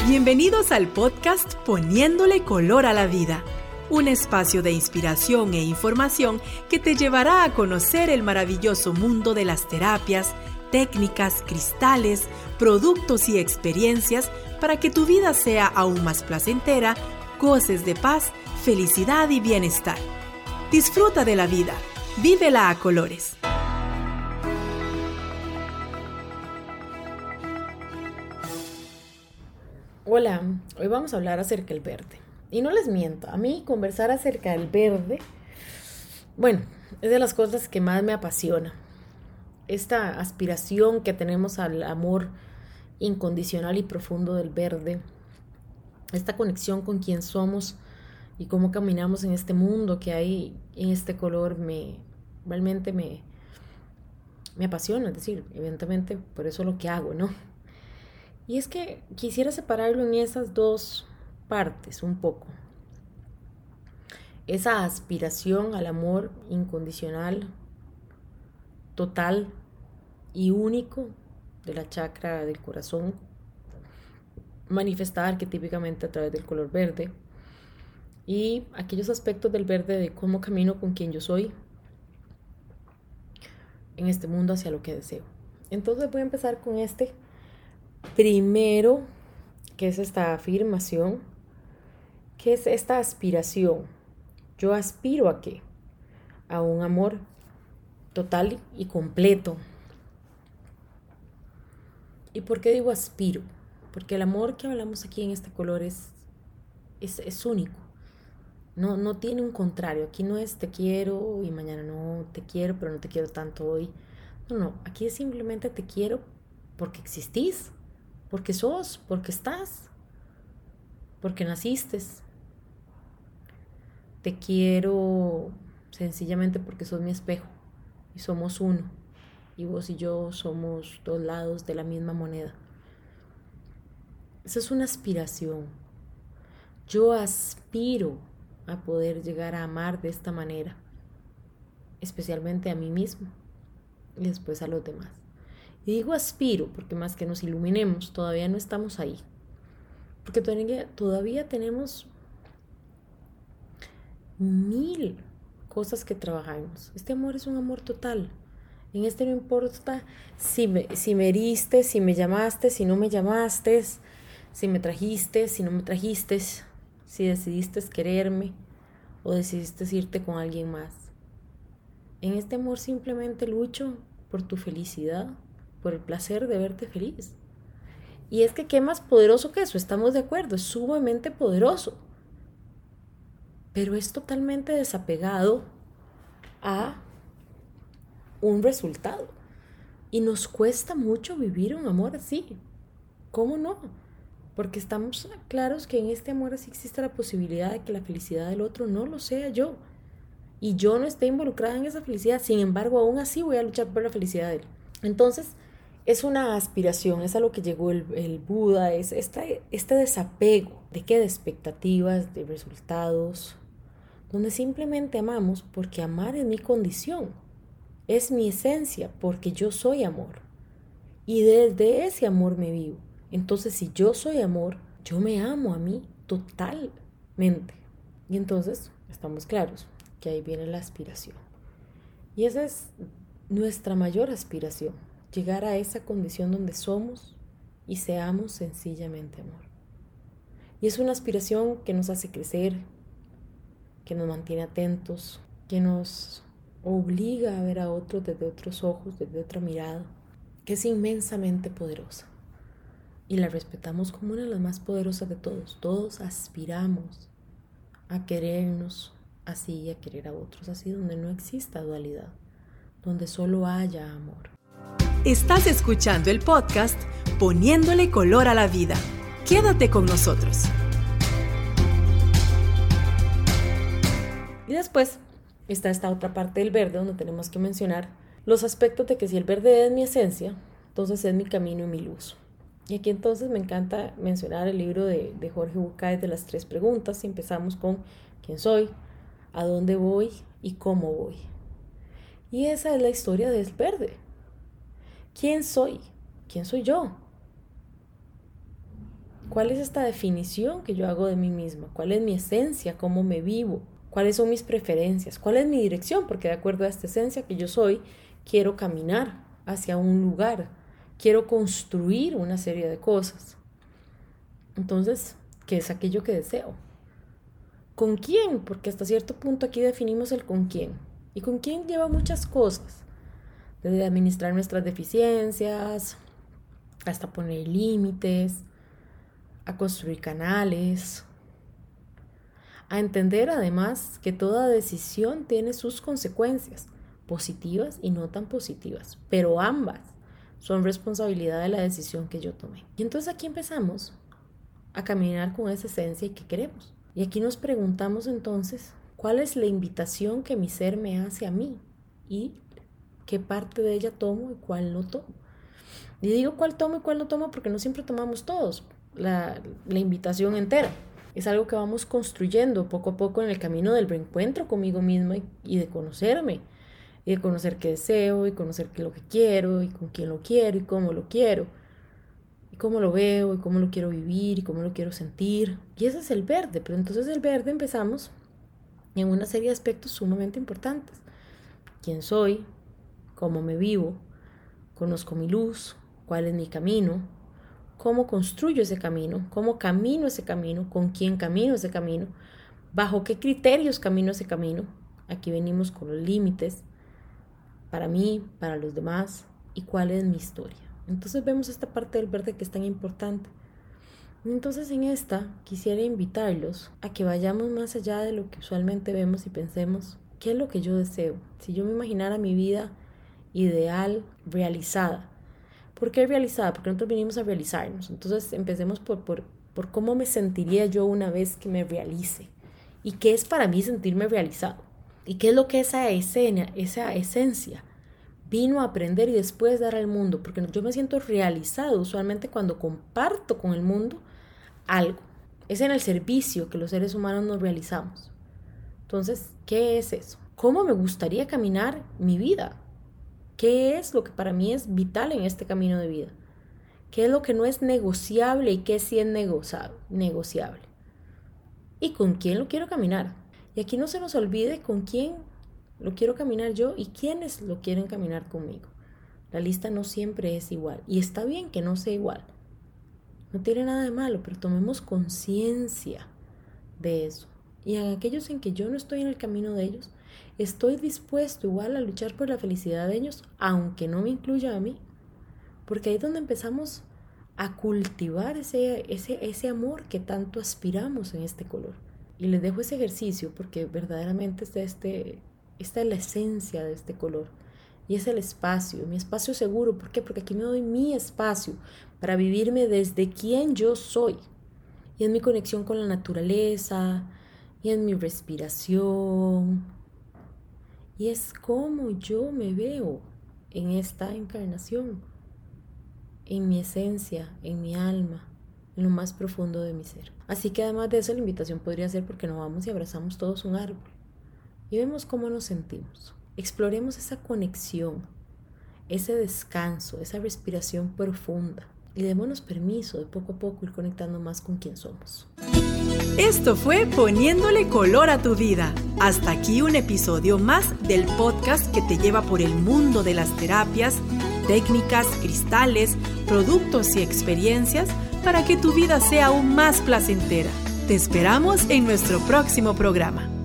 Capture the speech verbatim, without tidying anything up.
Bienvenidos al podcast Poniéndole Color a la Vida, un espacio de inspiración e información que te llevará a conocer el maravilloso mundo de las terapias, técnicas, cristales, productos y experiencias para que tu vida sea aún más placentera, goces de paz, felicidad y bienestar. Disfruta de la vida, vívela a colores. Hola, hoy vamos a hablar acerca del verde. Y no les miento, a mí conversar acerca del verde, bueno, es de las cosas que más me apasiona. Esta aspiración que tenemos al amor incondicional y profundo del verde, esta conexión con quién somos y cómo caminamos en este mundo que hay en este color, me realmente me, me apasiona, es decir, evidentemente por eso lo que hago, ¿no? Y es que quisiera separarlo en esas dos partes un poco. Esa aspiración al amor incondicional, total y único de la chakra del corazón, manifestada arquetípicamente a través del color verde. Y aquellos aspectos del verde de cómo camino con quien yo soy en este mundo hacia lo que deseo. Entonces voy a empezar con este primero, que es esta afirmación, que es esta aspiración. Yo aspiro a qué? A un amor total y completo. ¿Y por qué digo aspiro? Porque el amor que hablamos aquí en este color es, es, es único. No, no tiene un contrario. Aquí no es te quiero y mañana no te quiero, pero no te quiero tanto hoy. No, no. Aquí es simplemente te quiero porque existís. Porque sos, porque estás, porque naciste. Te quiero sencillamente porque sos mi espejo y somos uno. Y vos y yo somos dos lados de la misma moneda. Esa es una aspiración. Yo aspiro a poder llegar a amar de esta manera, especialmente a mí mismo y después a los demás. Y digo aspiro porque más que nos iluminemos, todavía no estamos ahí. Porque todavía, todavía tenemos mil cosas que trabajamos. Este amor es un amor total. En este no importa si me, si me heriste, si me llamaste, si no me llamaste, si me trajiste, si no me trajiste, si decidiste quererme o decidiste irte con alguien más. En este amor simplemente lucho por tu felicidad, por el placer de verte feliz. Y es que qué más poderoso que eso, estamos de acuerdo, es sumamente poderoso. Pero es totalmente desapegado a un resultado. Y nos cuesta mucho vivir un amor así. ¿Cómo no? Porque estamos claros que en este amor así existe la posibilidad de que la felicidad del otro no lo sea yo. Y yo no esté involucrada en esa felicidad. Sin embargo, aún así voy a luchar por la felicidad de él. Entonces, es una aspiración, es a lo que llegó el, el Buda, es este, este desapego de qué, de expectativas, de resultados, donde simplemente amamos porque amar es mi condición, es mi esencia, porque yo soy amor. Y desde ese amor me vivo. Entonces, si yo soy amor, yo me amo a mí totalmente. Y entonces, estamos claros que ahí viene la aspiración. Y esa es nuestra mayor aspiración. Llegar a esa condición donde somos y seamos sencillamente amor. Y es una aspiración que nos hace crecer, que nos mantiene atentos, que nos obliga a ver a otros desde otros ojos, desde otra mirada, que es inmensamente poderosa. Y la respetamos como una de las más poderosas de todos. Todos aspiramos a querernos así y a querer a otros así, donde no exista dualidad, donde solo haya amor. Estás escuchando el podcast Poniéndole Color a la Vida. Quédate con nosotros. Y después está esta otra parte del verde donde tenemos que mencionar los aspectos de que si el verde es mi esencia, entonces es mi camino y mi luz. Y aquí entonces me encanta mencionar el libro de, de Jorge Bucay de las tres preguntas. Y empezamos con quién soy, a dónde voy y cómo voy. Y esa es la historia del verde. ¿Quién soy? ¿Quién soy yo? ¿Cuál es esta definición que yo hago de mí misma? ¿Cuál es mi esencia? ¿Cómo me vivo? ¿Cuáles son mis preferencias? ¿Cuál es mi dirección? Porque de acuerdo a esta esencia que yo soy, quiero caminar hacia un lugar. Quiero construir una serie de cosas. Entonces, ¿qué es aquello que deseo? ¿Con quién? Porque hasta cierto punto aquí definimos el con quién. Y con quién lleva muchas cosas. Desde administrar nuestras deficiencias, hasta poner límites, a construir canales, a entender además que toda decisión tiene sus consecuencias, positivas y no tan positivas, pero ambas son responsabilidad de la decisión que yo tomé. Y entonces aquí empezamos a caminar con esa esencia y qué queremos. Y aquí nos preguntamos entonces, ¿cuál es la invitación que mi ser me hace a mí? Y qué parte de ella tomo y cuál no tomo. Y digo cuál tomo y cuál no tomo porque no siempre tomamos todos la, la invitación entera. Es algo que vamos construyendo poco a poco en el camino del reencuentro conmigo misma y, y de conocerme. Y de conocer qué deseo y conocer qué es lo que quiero y con quién lo quiero y cómo lo quiero. Y cómo lo veo y cómo lo quiero vivir y cómo lo quiero sentir. Y ese es el verde. Pero entonces el verde empezamos en una serie de aspectos sumamente importantes. ¿Quién soy? ¿Cómo me vivo? ¿Conozco mi luz? ¿Cuál es mi camino? ¿Cómo construyo ese camino? ¿Cómo camino ese camino? ¿Con quién camino ese camino? ¿Bajo qué criterios camino ese camino? Aquí venimos con los límites para mí, para los demás y cuál es mi historia. Entonces vemos esta parte del verde que es tan importante. Entonces en esta quisiera invitarlos a que vayamos más allá de lo que usualmente vemos y pensemos qué es lo que yo deseo. Si yo me imaginara mi vida ideal, realizada. ¿Por qué realizada? Porque nosotros vinimos a realizarnos. Entonces empecemos por, por, por cómo me sentiría yo una vez que me realice. ¿Y qué es para mí sentirme realizado? ¿Y qué es lo que esa escena, esa esencia vino a aprender y después dar al mundo? Porque yo me siento realizado usualmente cuando comparto con el mundo algo. Es en el servicio que los seres humanos nos realizamos. Entonces, ¿qué es eso? ¿Cómo me gustaría caminar mi vida? ¿Qué es lo que para mí es vital en este camino de vida? ¿Qué es lo que no es negociable y qué sí es negociable? ¿Y con quién lo quiero caminar? Y aquí no se nos olvide con quién lo quiero caminar yo y quiénes lo quieren caminar conmigo. La lista no siempre es igual y está bien que no sea igual. No tiene nada de malo, pero tomemos conciencia de eso. Y en aquellos en que yo no estoy en el camino de ellos, estoy dispuesto igual a luchar por la felicidad de ellos, aunque no me incluya a mí. Porque ahí es donde empezamos a cultivar ese, ese, ese amor que tanto aspiramos en este color. Y les dejo ese ejercicio porque verdaderamente este, este, esta es la esencia de este color. Y es el espacio, mi espacio seguro. ¿Por qué? Porque aquí me doy mi espacio para vivirme desde quien yo soy. Y en mi conexión con la naturaleza, y en mi respiración. Y es como yo me veo en esta encarnación, en mi esencia, en mi alma, en lo más profundo de mi ser. Así que además de eso, la invitación podría ser porque nos vamos y abrazamos todos un árbol y vemos cómo nos sentimos. Exploremos esa conexión, ese descanso, esa respiración profunda y démonos permiso de poco a poco ir conectando más con quién somos. Esto fue Poniéndole Color a tu Vida. Hasta aquí un episodio más del podcast que te lleva por el mundo de las terapias, técnicas, cristales, productos y experiencias para que tu vida sea aún más placentera. Te esperamos en nuestro próximo programa.